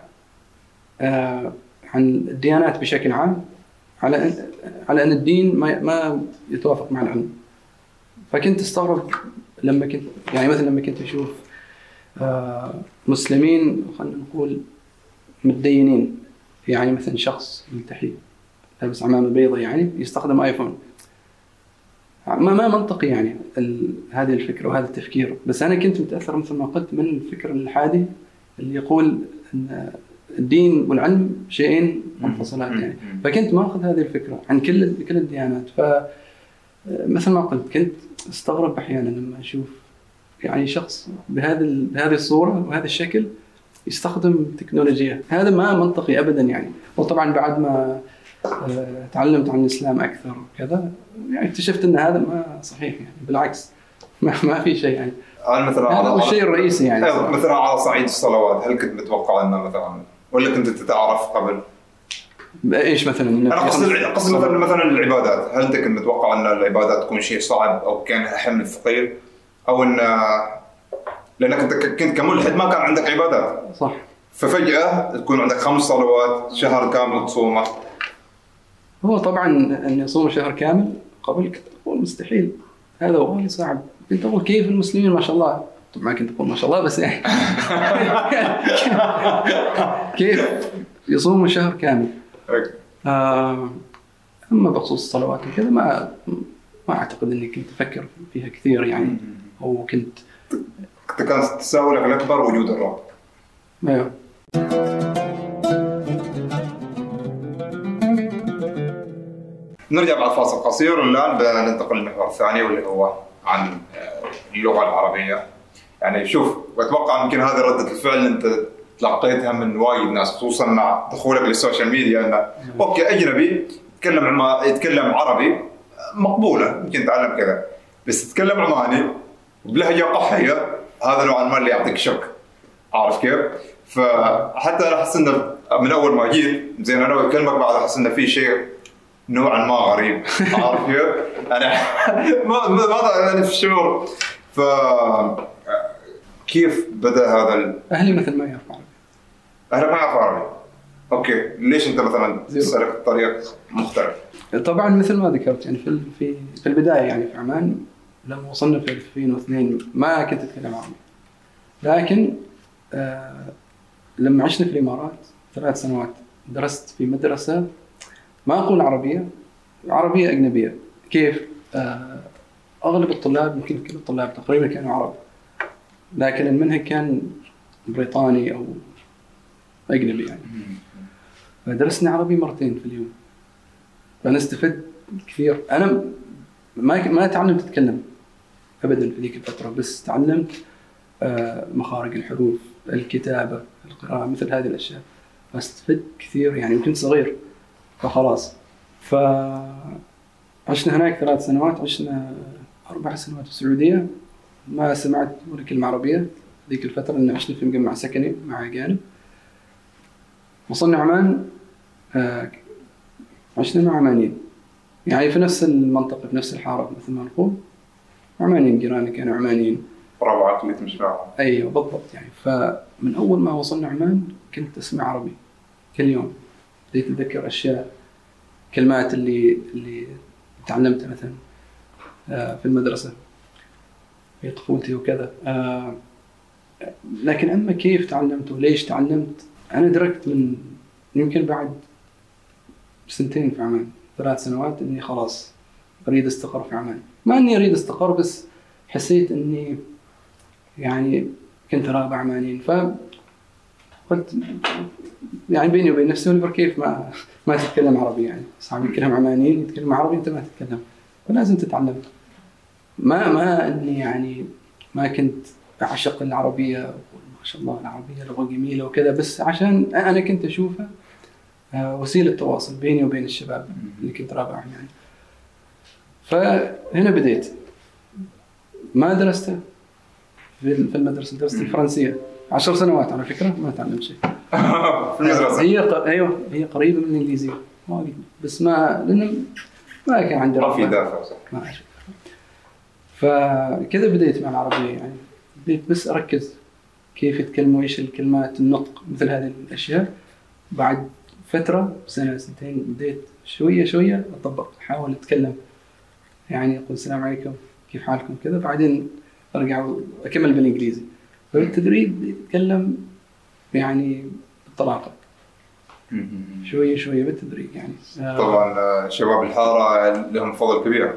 A: عن الديانات بشكل عام على أن الدين ما يتوافق مع العلم. فكنت استغرب لما كنت يعني مثلا لما كنت أشوف مسلمين خلينا نقول متدينين، يعني مثلا شخص ملتحي لابس عمامة بيضة يعني يستخدم آيفون، ما منطقي يعني هذه الفكرة وهذا التفكير. بس أنا كنت متأثر مثل ما قلت من الفكر الحادي اللي يقول أن الدين والعلم شيئين منفصلات يعني. فكنت ما أخذ هذه الفكرة عن كل الديانات. فمثل ما قلت كنت استغرب أحيانا لما أشوف يعني شخص بهذه الصورة وهذا الشكل يستخدم تكنولوجيا. هذا ما منطقي أبدا يعني. وطبعا بعد ما تعلمت عن الإسلام أكثر وكذا يعني اكتشفت أن هذا ما صحيح يعني. بالعكس ما في شيء يعني.
C: مثلا
A: هذا هو الشيء الرئيسي يعني.
C: مثلا على صعيد الصلوات، هل كنت متوقع أنه مثلا ولا كنت تتعرف قبل؟
A: ايش مثلا؟
C: انا قصد مثلا العبادات، هل انت كنت متوقع ان العبادات تكون شيء صعب او كان حمل ثقيل، او ان لانك انت كنت كملحد ما كان عندك عبادات
A: صح،
C: ففجأة تكون عندك 5 صلوات شهر كامل تصومه؟
A: هو طبعا ان يصوم شهر كامل قبل كنت اقول مستحيل، هذا هو صعب. كنت اقول كيف المسلمين ما شاء الله، طبعا كنت اقول ما شاء الله بس يعني كيف يصوموا شهر كامل. أما بخصوص الصلوات وكذا ما أعتقد أني كنت أفكر فيها كثير يعني، أو كنت
C: كان تساؤلك الأكبر وجود الرب.
A: أيوه.
C: نرجع بعد فاصل قصير، الآن بننتقل للمحور الثاني واللي هو عن اللغة العربية. يعني شوف، وأتوقع يمكن هذه ردة الفعل أنت تلقيتها من وايد ناس خصوصا مع دخولك للسوشيال ميديا، انه اوكي اجنبي يتكلم عربي مقبوله يمكن تعلم كذا، بس يتكلم عماني بلهجه قحيه، هذا نوعا ما اللي يعطيك شك، عارف كيف؟ فحتى انا احس انه من اول ما جيت زين انا بكلمك بعد احس انه في شيء نوعا ما غريب، عارف كيف؟ انا ما يعني في الشعور. ف كيف بدا هذا
A: اهلي مثل ما يعرف عربي.
C: أهلك ما يعرف عربي. أوكي، ليش أنت مثلاً سلكت طريق مختلف؟
A: طبعاً مثل ما ذكرت يعني في البداية يعني في عمان لما وصلنا في 2002 ما كنت أتكلم عربي، لكن لما عشنا في الإمارات 3 سنوات درست في مدرسة ما أقول عربية أجنبية. كيف؟ أغلب الطلاب يمكن كل الطلاب تقريباً كانوا عرب، لكن المنهج كان بريطاني أو أجنبي يعني. فدرسنا عربي 2 مرات في اليوم، فأنا استفدت كثير. أنا ما تعلمت أتكلم أبداً في ذيك الفترة، بس تعلمت مخارج الحروف، الكتابة، القراءة، مثل هذه الأشياء، فاستفدت كثير يعني. وكنت صغير فخلاص. فعشنا هناك 3 سنوات، عشنا 4 سنوات في السعودية، ما سمعت ولا كلمة عربية ذيك الفترة، لأن عشنا في مجمع سكني مع أجانب. وصلنا عمان، عشنا مع عمانيين يعني في نفس المنطقة في نفس الحارة مثل ما نقول، عمانيين جيراني كانوا عمانيين.
C: برافو عليك اللي تمشي معهم.
A: أيوة بالضبط يعني. فمن أول ما وصلنا عمان كنت أسمع عربي كل يوم، بديت أتذكر أشياء، كلمات اللي تعلمتها مثلا في المدرسة في طفولتي وكذا. لكن أما كيف تعلمت وليش تعلمت، أنا دركت من يمكن بعد 2 في عمان 3 سنوات إني خلاص أريد استقر في عمان. ما إني أريد استقر، بس حسيت إني يعني كنت راغب عمانيين. فقلت يعني بيني وبين نفسي أوليفر كيف ما تتكلم عربي يعني، صاحبي يتكلم عمانيين يتكلم عربي أنت ما تتكلم، فلازم تتعلم. ما إني يعني ما كنت أعشق العربية، ما شاء الله العربية لغة جميلة وكذا، بس عشان أنا كنت أشوفها وسيلة تواصل بيني وبين الشباب اللي كنت رابعهم يعني. فهنا بديت. ما درست في المدرسة، درست الفرنسية 10 سنوات على فكرة، ما تعلمت شيء
C: في المدرسة.
A: هي قريبة من الإنجليزية بس لأنه ما كان عندي
C: ما في دافع صح.
A: ما أعرف. فكذا بديت مع العربية يعني، بديت بس أركز كيف يتكلموا، إيش الكلمات، النطق، مثل هذه الأشياء. بعد فترة 1 2 بديت شوية أطبق، أحاول أتكلم يعني، أقول السلام عليكم كيف حالكم كذا، بعدين أرجع أكمل بالإنجليزي. فبالتدريب أتكلم يعني بالطلاقة شوية بالتدريج يعني.
C: طبعا شباب الحارة لهم فضل كبير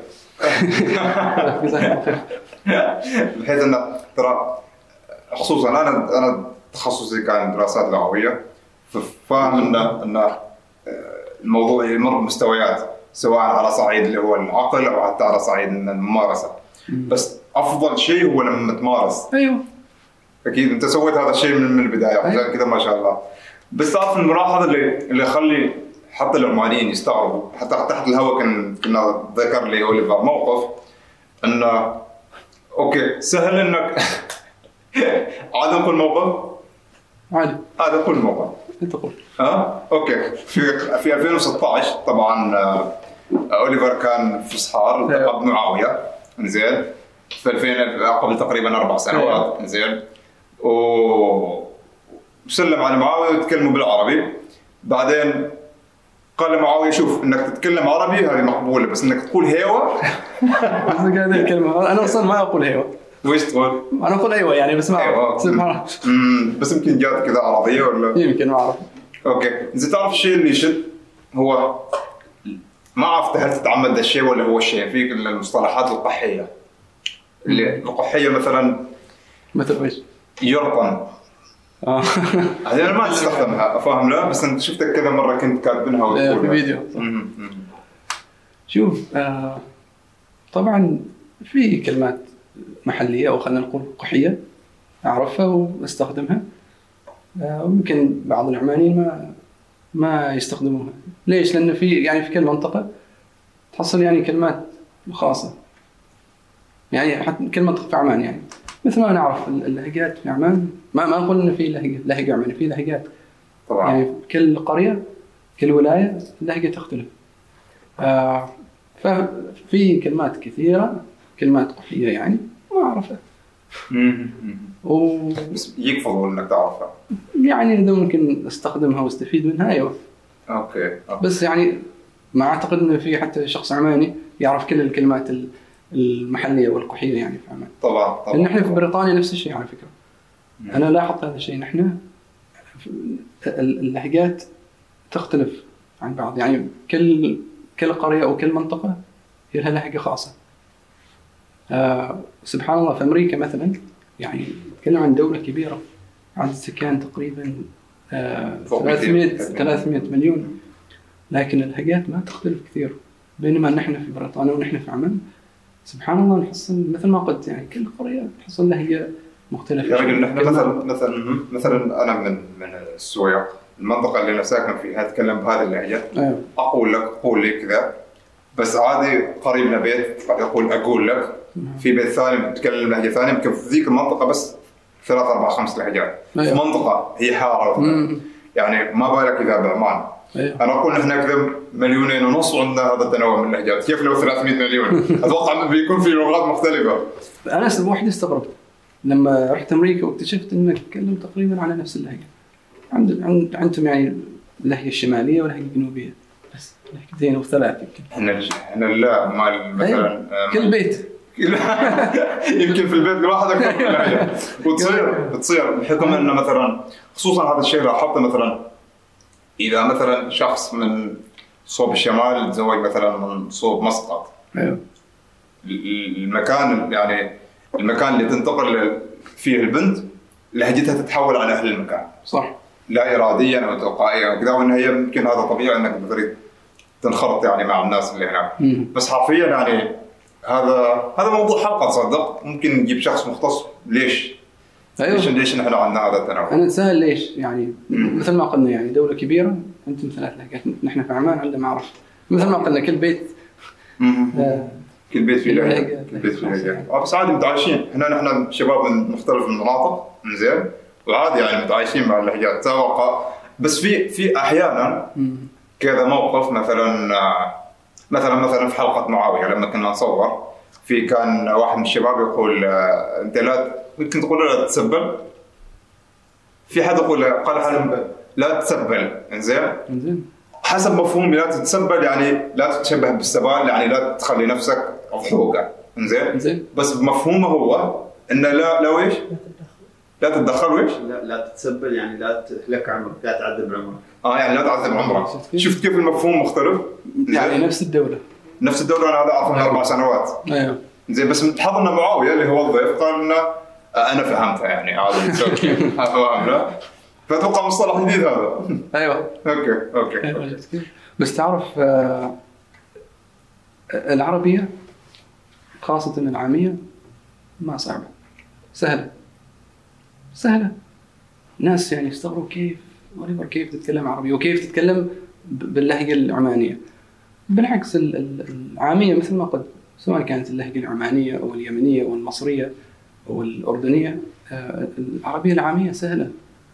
C: بحيث أن ترى خصوصا أنا تخصصي كان دراسات لغوية، فاهم ان الموضوع يمر بمستويات، سواء على صعيد اللي هو العقل او حتى على صعيد الممارسه. بس افضل شيء هو لما تمارس.
A: ايوه
C: اكيد انت سويت هذا الشيء من البدايه عشان كذا ما شاء الله. بس تعرف الملاحظه اللي يخلي حتى العمانيين يستغربوا، حتى تحت الهواء كنا ذكر لي اوليفر موقف انه اوكي سهل انك عاد نقول موقف
A: عادي
C: هذا كل موقف
A: انت قول.
C: اوكي في 2016 طبعا اوليفر كان في صحار لقب معاويه انزين في 2000 قبل تقريبا 4 سنوات انزين، وسلم على معاويه وتكلموا بالعربي. بعدين قال معاويه شوف انك تتكلم عربي هذه مقبوله، بس انك تقول هيوه
A: بس قاعد الكلمه انا اصلا ما اقول هيوه.
C: ويش تقول؟
A: انا اقول ايوه يعني بس ما اعرف سبحان
C: بس يمكن جات كذا عربيه ولا
A: يمكن ما اعرف.
C: اوكي اذا تعرف الشيء اللي يشد هو ما عرفت هل تتعمد ذا الشيء ولا هو الشيء في المصطلحات القحيه اللي القحيه مثلا
A: ايش؟
C: يرطن هذه انا ما استخدمها افهم لا، بس انت شفتك كذا مره كنت كاتبينها وتقولها
A: في فيديو. شوف طبعا في كلمات محليه او خلينا نقول قحيه اعرفها واستخدمها، ويمكن بعض العمانيين ما يستخدموها. ليش؟ لانه في كل منطقه تحصل يعني كلمات خاصه، يعني حتى كل منطقه في عمان يعني مثل ما نعرف اللهجات في عمان، ما نقول انه في لهجه عمانيه، في لهجات
C: طبعا
A: يعني كل قريه كل ولايه اللهجه تختلف. ففي كلمات كثيره كلمات قحيه يعني ما اعرفها
C: بس يكفضوا انك تعرفها
A: يعني اذا ممكن استخدمها واستفيد منها ايوه
C: اوكي.
A: بس يعني ما اعتقد انه في حتى شخص عماني يعرف كل الكلمات المحليه والقحيه يعني في عمان.
C: طبعا
A: لان احنا في بريطانيا نفس الشيء على فكره. انا لاحظت هذا الشيء، نحن اللهجات تختلف عن بعض، يعني كل قريه او كل منطقه هي لها لهجه خاصه. سبحان الله في امريكا مثلا يعني نتكلم عن دوله كبيره عدد السكان تقريبا 300 مليون، لكن اللهجات ما تختلف كثير. بينما نحن في بريطانيا ونحن في عمان سبحان الله نحصل مثل ما قلت يعني كل قريه تحصل لهجه مختلفه.
C: يا رجل نحن مثلا انا من السويق، المنطقه اللي انا ساكن فيها اتكلم بهذه اللهجه.
A: أيوه.
C: اقول لك كذا، بس عادي قريبنا بيت اقول لك في بيت ثاني بتكلم لهجه ثانيه، يمكن في ذيك المنطقه بس 3 4 5 لهجات.
A: أيوه.
C: في منطقه هي حاره يعني ما بالك اذا بعمان.
A: أيوه.
C: انا اقول نحن كذا 2.5 مليون وعندنا هذا التنوع من اللهجات، كيف لو 300 مليون؟ اتوقع بيكون في لغات مختلفه.
A: انا واحد استغربت لما رحت امريكا واكتشفت انه يتكلم تقريبا على نفس اللهجه. عندهم يعني اللهجه الشماليه واللهجه الجنوبيه، بس لهجتين او 3 يمكن.
C: احنا لا مال مثلا
A: كل بيت
C: يمكن في البيت الواحد اكثر من لهجه وتصير بحكم انه مثلا خصوصا هذا الشيء لاحظته مثلا اذا مثلا شخص من صوب الشمال تزوج مثلا من صوب مسقط.
A: ايوه.
C: المكان اللي تنتقل فيه البنت لهجتها تتحول على اهل المكان.
A: صح.
C: لا اراديا او تلقائيا وكذا، وان هي يمكن هذا طبيعي انك تريد تنخرط يعني مع الناس اللي هناك. بس حرفيا يعني هذا موضوع حلقه تصدق ممكن نجيب شخص مختص. ليش؟
A: أيوه.
C: ليش نحن عندنا هذا التنوع؟
A: انا اتساءل ليش يعني مثل ما قلنا يعني دوله كبيره انتم 3 لهجات، نحن في عمان عندنا ما اعرف مثل ما قلنا كل بيت
C: كل بيت فيه لهجه. بس عادي متعايشين نحن شباب من مختلف المناطق زين، وعادي يعني متعايشين مع اللهجات توقع. بس في احيانا كذا موقف مثلا في حلقه معاويه لما كنا نصور كان واحد من الشباب يقول انت ممكن تقول لا تتسبل. في حد يقول قال لا تتسبل انزين حسب مفهوم لا تتسبل يعني لا تتشبه بالسبال، يعني لا تخلي نفسك ضحوكه انزين. بس بمفهومه هو ان لا ويش لا تتدخل ويش
D: لا تتسبل يعني لا تهلك عمرك، لا تعذب عمرك.
C: يعني لا تعذب عمرك. شفت كيف المفهوم مختلف؟
A: يعني نفس الدوله
C: انا هذا اعرف من 4 سنوات.
A: ايوه
C: زين. بس تلاحظ ان معاويه اللي هو الضيف قال لنا انا فهمتها يعني عادي نسوي فاهم لا. فأتوقع مصطلح جديد هذا.
A: ايوه
C: أوكي.
A: بس تعرف العربية خاصة العامية ما صعبة، سهلة. ناس يعني يستغربوا كيف تتكلم عربي وكيف تتكلم باللهجة العمانية. بالعكس العامية مثل ما قلت، سواء كانت اللهجة العمانية أو اليمنية أو المصرية أو الأردنية، العربية العامية سهلة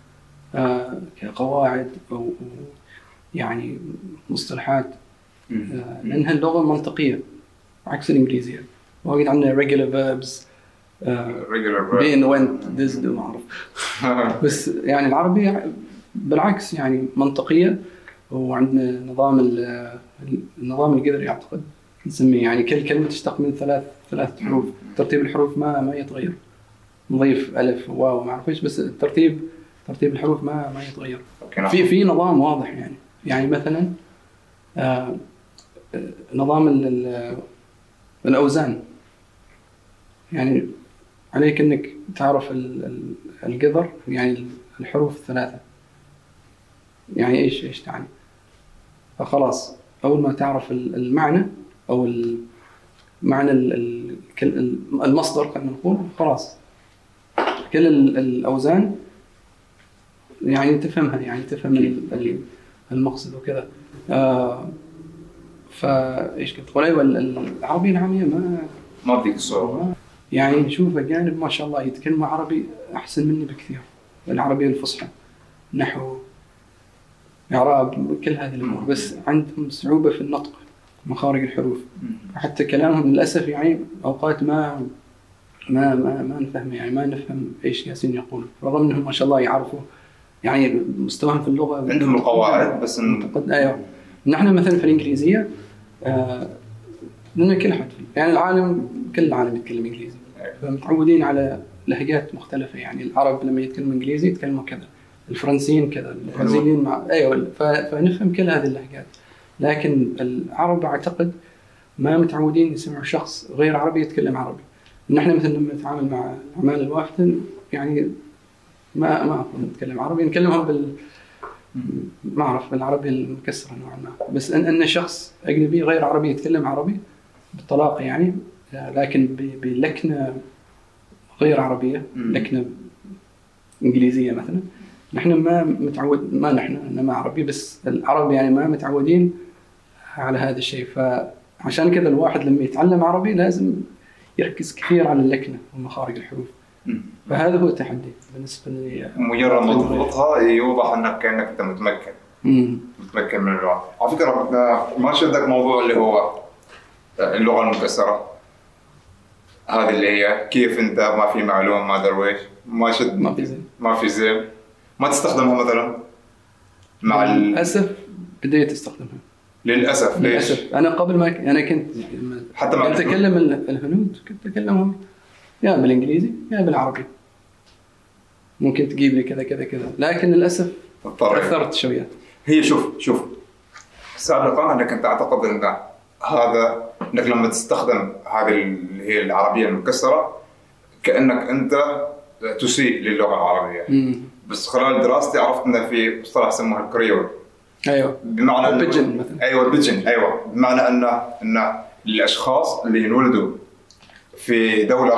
A: كقواعد أو يعني مصطلحات، لأنها اللغة منطقية عكس الإنجليزية. واجد عندنا regular verbs being went this do ما أعرف. بس يعني العربية بالعكس يعني منطقية، وعندنا النظام القذري أعتقد نسميه، يعني كل كلمة تشتق من ثلاث حروف. ترتيب الحروف ما يتغير، نضيف ألف وواو ما أعرف إيش، بس ترتيب الحروف ما يتغير. في نظام واضح يعني مثلا نظام الأوزان، يعني عليك إنك تعرف القذر، يعني الحروف الثلاثة يعني إيش تعني. فخلاص أول ما تعرف المعنى أو معنى المصدر خلينا نقول، خلاص كل الأوزان يعني تفهمها، يعني تفهم المقصد وكذا. فإيش كنت قلت؟ العربية العامية
C: ما بديك الصعوبة.
A: يعني نشوف أجانب ما شاء الله يتكلموا عربي أحسن مني بكثير، العربية الفصحى، نحو، إعراب، كل هذه الأمور، بس عندهم صعوبة في النطق، مخارج الحروف، حتى كلامهم للأسف يعني أوقات ما نفهم، يعني ما نفهم إيش ياسين يقول، رغم أنهم ما شاء الله يعرفوا يعني مستواهم في اللغة،
C: عندهم القواعد بس
A: أيوه. نحن مثلا في الإنجليزية لأن كل حد يعني كل العالم يتكلم إنجليزي، فمتعودين على لهجات مختلفة. يعني العرب لما يتكلموا إنجليزي يتكلموا كذا، الفرنسيين كذا، البرازيليين أيوة، فنفهم كل هذه اللهجات. لكن العرب أعتقد ما متعودين يسمعوا شخص غير عربي يتكلم عربي. نحن مثلا لما نتعامل مع العمال الوافدين يعني ما نتكلم عربي، نكلمهم ما أعرف بالعربي المكسرة نوعا ما، بس أن شخص أجنبي غير عربي يتكلم عربي بالطلاق يعني، لكن بلكنة غير عربية، لكنة إنجليزية مثلا. نحن ما متعود، إنما عربي، بس العرب يعني ما متعودين على هذا الشيء. فعشان كذا الواحد لما يتعلم عربي لازم يركز كثير على اللكنة ومخارج الحروف. فهذا هو التحدي بالنسبة لي.
C: مجرد ما تضبطها يوضح أنك كأنك أنت متمكن من اللغة. على فكرة ما شدك موضوع اللي هو اللغة المكسرة هذه، اللي هي كيف أنت ما في معلومة ما درويش، ما في زين ما تستخدمها مثلا مع
A: للأسف بديت استخدمها للأسف. ليش؟ أنا قبل ما أنا كنت حتى ما أتكلم الهنود كنت أتكلمهم يا بالإنجليزي يا بالعربي، ممكن تجيب لي كذا كذا كذا، لكن للأسف أثرت شوية.
C: هي شوف سابقا أنا كنت أعتقد أن هذا أنك لما تستخدم هذه اللي هي العربية المكسرة كأنك أنت تسيء للغة العربية. بس خلال دراستي عرفت أن في مصطلح يسموه الكريول.
A: أيوة.
C: بمعنى
A: البيجن مثلا.
C: أيوة البيجن. أيوة. بمعنى أن الأشخاص اللي ينولدوا في دولة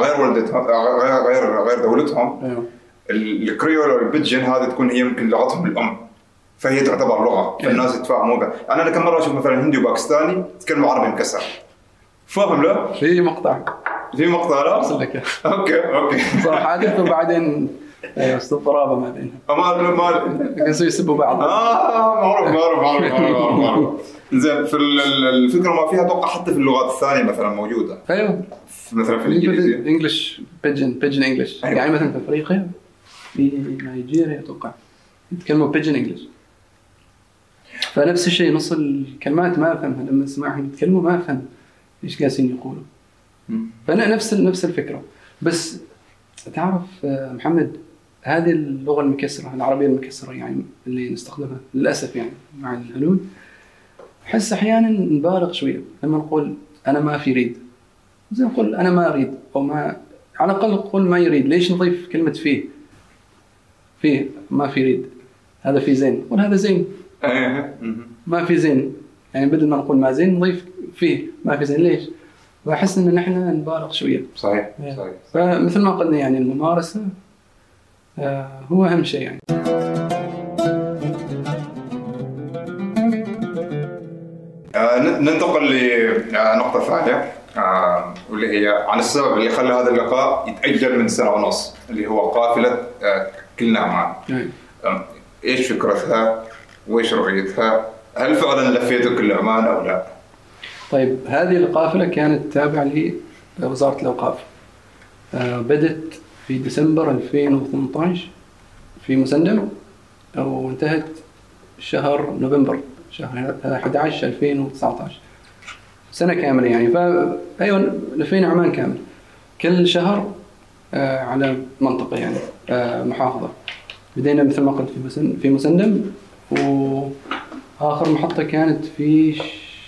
C: غير دولتهم، أيوة. الكريول أو البيجن هذه تكون هي يمكن لغتهم الأم، فهي تعتبر لغة، فالناس يتفاهموا بها. أنا كم مرة أشوف مثلا هندي وباكستاني يتكلموا عربي مكسر، فاهم له؟
A: في مقطع
C: لا؟
A: أصل لك.
C: أوكي.
A: صراحة وبعدين استضرابة ما بينهم.
C: ما
A: يسبوا بعض.
C: معروف. زين في الفكرة ما فيها توقع حتى في اللغات الثانية مثلا موجودة.
A: أيوة.
C: مثلا في الإنجليزية.
A: English pigeon English. أيوة. يعني مثلا في أفريقيا في نيجيريا توقع يتكلموا pigeon English. فنفس الشيء، نص الكلمات ما أفهمها لما أسمعهم يتكلموا، ما أفهم إيش قاسين يقولوا. فأنا نفس الفكرة. بس تعرف محمد، هذه اللغة المكسرة، العربية المكسرة يعني اللي نستخدمها للأسف يعني مع الهنود، أحس أحياناً نبالغ شوية لما نقول أنا ما في ريد. زي نقول أنا ما أريد، أو ما، على الأقل نقول ما يريد. ليش نضيف كلمة فيه ما في ريد؟ هذا في زين نقول هذا زين، ما في زين يعني بدل ما نقول ما زين نضيف فيه ما في زين. ليش؟ بحس ان نحن نبالغ شويه.
C: صحيح.
A: فمثل ما قلنا يعني الممارسه هو اهم شيء يعني.
C: ننتقل لنقطه ثانيه واللي هي عن السبب اللي خلى هذا اللقاء يتاجل من 1.5 سنة، اللي هو قافله كلنا عمان. ايش فكرتها وايش رؤيتها؟ هل فعلا لفيتوا كل عمان او لا؟
A: طيب هذه القافله كانت تابعه لوزاره الاوقاف، بدت في ديسمبر 2018 في مسندم وانتهت شهر نوفمبر شهر 11 2019، سنة كاملة يعني. فأيوة لفينا عمان كامل كل شهر على منطقة يعني محافظة. بدينا مثل ما قلت في مسندم، وآخر محطة كانت في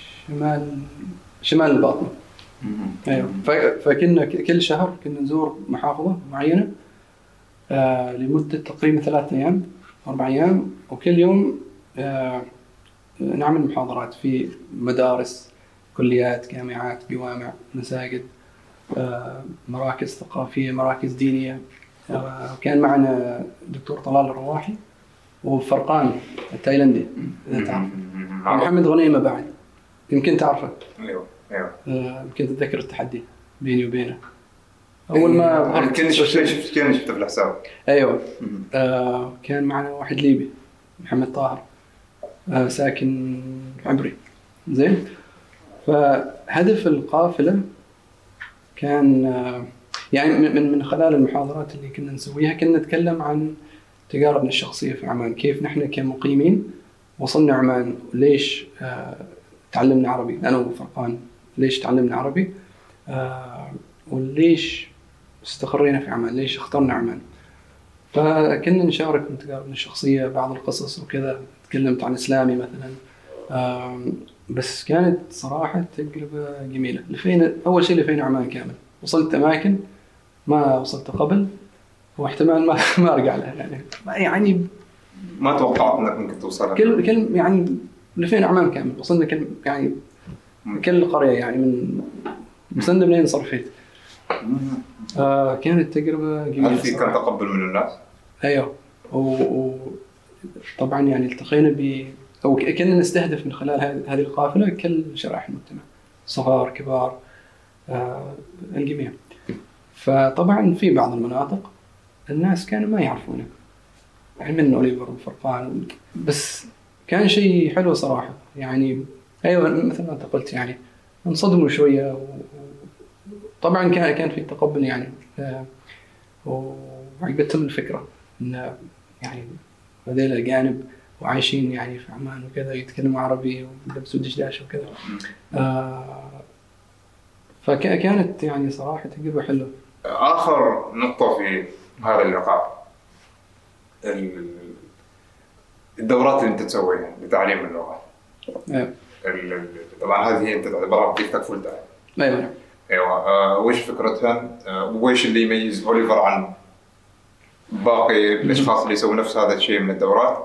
A: شمال الباطنة. أيوة فكنا كل شهر كنا نزور محافظة معينة لمدة تقريبا 3 أيام 4 أيام، وكل يوم نعمل محاضرات في مدارس، كليات، جامعات، جوامع، مساجد، مراكز ثقافية، مراكز دينية. كان معنا دكتور طلال الرواحي وفرقان التايلندي إذا تعرف، محمد غنيمة بعد يمكن تعرفه.
C: أيوة
A: يمكن تتذكر التحدي بيني وبينه أول ما
C: كنت شفته في الحساب.
A: أيوة كان معنا واحد ليبي محمد طاهر ساكن عبري. زين. فهدف القافلة كان يعني من خلال المحاضرات اللي كنا نسويها كنا نتكلم عن تجاربنا الشخصية في عمان، كيف نحن كمقيمين وصلنا عمان، وليش تعلمنا عربي أنا وفرقان، ليش تعلمنا عربي، وليش استقرينا في عمان، ليش اخترنا عمان. فكنا نشارك من تجاربنا الشخصية بعض القصص وكذا. تكلمت عن إسلامي مثلا، بس كانت صراحة تجربة جميلة. أول شيء لفينا عمان كامل، وصلت أماكن ما وصلت قبل، واحتمال ما أرجع لها يعني
C: ما توقعت أنك ممكن توصل.
A: كل يعني لفينا عمان كامل، وصلنا كل قرية يعني من مسندم لين صرفيت. كانت تجربة جميلة.
C: هل في كان تقبل من الناس؟
A: أيوه، وطبعا يعني التقينا أو كنا نستهدف من خلال هذه القافلة كل شرائح المجتمع، صغار كبار الجميع. فطبعا في بعض المناطق الناس كانوا ما يعرفونه يعني من أوليفر وفرقان، بس كان شيء حلو صراحة يعني. أيوة مثل ما أنت قلت يعني انصدموا شوية، وطبعا كان في تقبل يعني، وعجبتهم الفكرة إن يعني هذيل الأجانب وعايشين يعني في عمان وكذا يتكلموا عربي ويلبسوا دشداش وكذا. فكانت يعني صراحة تجربة حلوة.
C: آخر نقطة في هذا اللقاء الدورات اللي أنت تسويها لتعليم اللغة. طبعا هذه أنت تعتبرها وظيفتك فول تايم. أيوة. وإيش فكرتها؟ وإيش اللي يميز أوليفر عن باقي الأشخاص اللي يسووا نفس هذا الشيء من الدورات،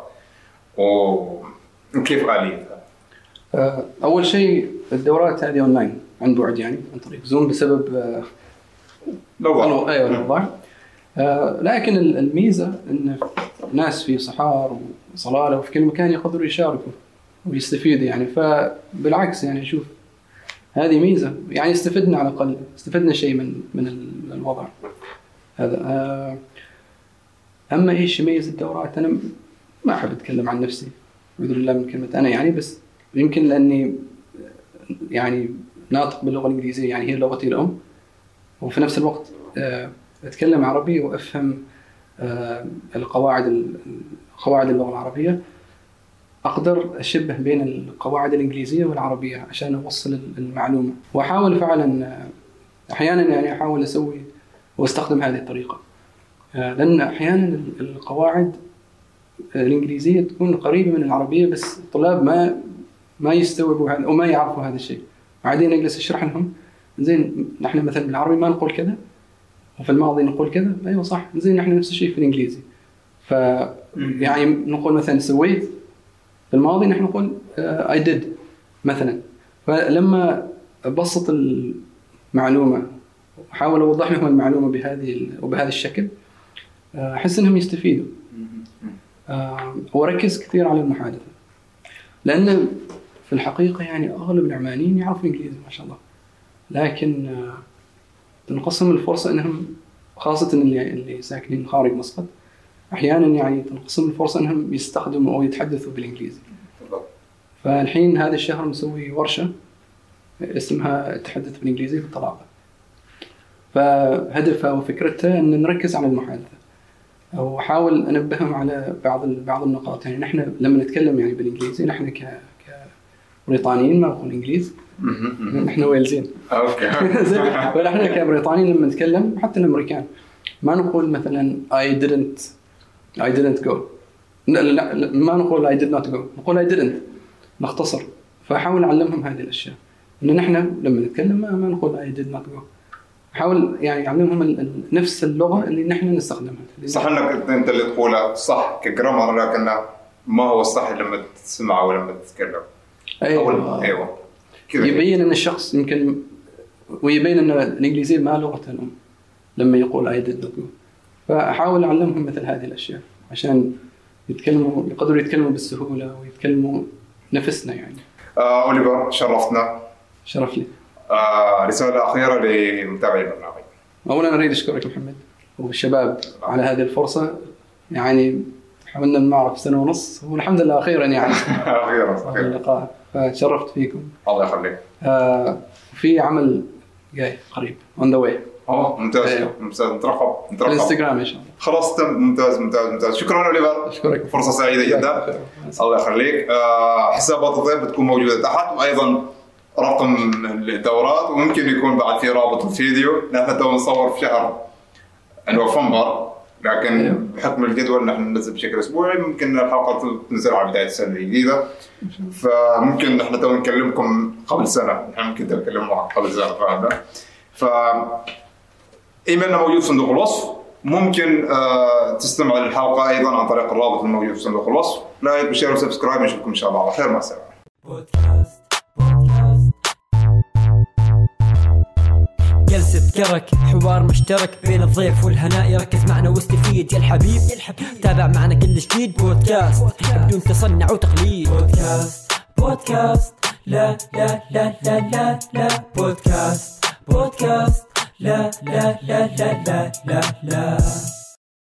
C: وكيف آليتها؟
A: أول شيء الدورات هذه أونلاين عن بعد يعني عن طريق زوم بسبب الأوضاع. لكن الميزة إن ناس في صحار وصلالة وفي كل مكان يقدروا يشاركوا ويستفيدوا يعني. فبالعكس يعني أشوف هذه ميزة يعني، استفدنا على الأقل، استفدنا شيء من الوضع هذا. أما إيش يميز الدورات، أنا ما أحب أتكلم عن نفسي بإذن الله من كلمة أنا يعني، بس يمكن لأني يعني ناطق باللغة الإنجليزية يعني هي لغتي الأم، وفي نفس الوقت أتكلم عربي وأفهم قواعد اللغة العربية. أقدر أشبه بين القواعد الإنجليزية والعربية عشان أوصل المعلومة، وأحاول فعلا أحيانا يعني أحاول أسوي واستخدم هذه الطريقة، لأن أحيانا القواعد الإنجليزية تكون قريبة من العربية، بس الطلاب ما يستوعبوا هذا وما يعرفوا هذا الشيء. بعدين أجلس أشرح لهم زين نحن مثلا بالعربي ما نقول كذا، وفي الماضي نقول كذا. أيوة صح، زين نحن نفس الشيء في الإنجليزي. يعني نقول مثلا سويت في الماضي، نحن نقول I did مثلا. فلما أبسط المعلومة وحاول أوضح لهم المعلومة وبهذا الشكل، أحس أنهم يستفيدوا. وركز كثير على المحادثة، لأن في الحقيقة يعني أغلب العمانيين يعرفوا إنجليزي ما شاء الله، لكن تنقسم الفرصة أنهم خاصة اللي ساكنين خارج مسقط أحيانا يعني تنقسم الفرصة أنهم يستخدموا أو يتحدثوا بالإنجليزي. فالحين هذا الشهر مسوي ورشة اسمها التحدث بالإنجليزي في الطلاقة، فهدفها وفكرتها أن نركز على المحادثة، أو أحاول أنبههم على بعض النقاط. يعني نحن لما نتكلم يعني بالإنجليزي، نحن كبريطانيين ما نقول إنجليز، نحن ويلزين. ونحن كبريطانيين لما نتكلم، حتى الأمريكان ما نقول مثلا I didn't go، لا ما نقول I did not go، نقول I didn't، نختصر. فأحاول أعلمهم هذه الأشياء، إن نحن لما نتكلم ما نقول I did not go، حاول يعني أعلمهم نفس اللغة اللي نحن نستخدمها.
C: صح إنك أنت اللي تقوله صح كجرامر، لكن ما هو الصح لما تسمعه ولما تتكلم. أيوة.
A: يبين أن الشخص يمكن، ويبين أن الإنجليزية ما لغة الأم لما يقول I did not go. فأحاول أعلمهم مثل هذه الأشياء عشان يقدروا يتكلموا بالسهولة ويتكلموا نفسنا يعني.
C: أوليفر شرفتنا.
A: شرف لي.
C: رسالة أخيرة لمتابعي البرنامج.
A: أولا أريد أشكرك محمد والشباب على هذه الفرصة، يعني حاولنا نعرف سنة ونص والحمد لله أخيرا يعني
C: أخيرا
A: اللقاء، فتشرفت فيكم.
C: الله يخليك.
A: في عمل جاي قريب on the way.
C: ممتاز. ممتاز. نترقب
A: الانستغرام إن شاء الله.
C: خلاص تم. ممتاز. شكرا أوليفر.
A: أشكرك.
C: فرصة سعيدة جدا. الله يخليك. حسابات الضيف بتكون موجودة تحت، وأيضا رقم الدورات، وممكن يكون بعد في رابط الفيديو. نحن تو نصور في شهر نوفمبر، لكن بحكم الجدول نحن ننزل بشكل أسبوعي، ممكن الحلقة تنزل على بداية السنة الجديدة. فممكن نحن تو نكلمكم قبل سنة، نحن ممكن نتكلم معك قبل سنة، فاهمنا. إيميلنا موجود في صندوق الوصف، ممكن تستمع للحلقة أيضا عن طريق الرابط الموجود في صندوق الوصف. لايك وشير وسبسكرايب، نشوفكم إن شاء الله على خير. مع السلامة.
B: جلسة كرك، حوار مشترك بين الضيف والهناء، يركز معنا واستفيد يا الحبيب. تابع معنا كل جديد، بودكاست بدون تصنع وتقليد. بودكاست لا لا لا لا لا لا بودكاست لا لا لا لا لا لا لا.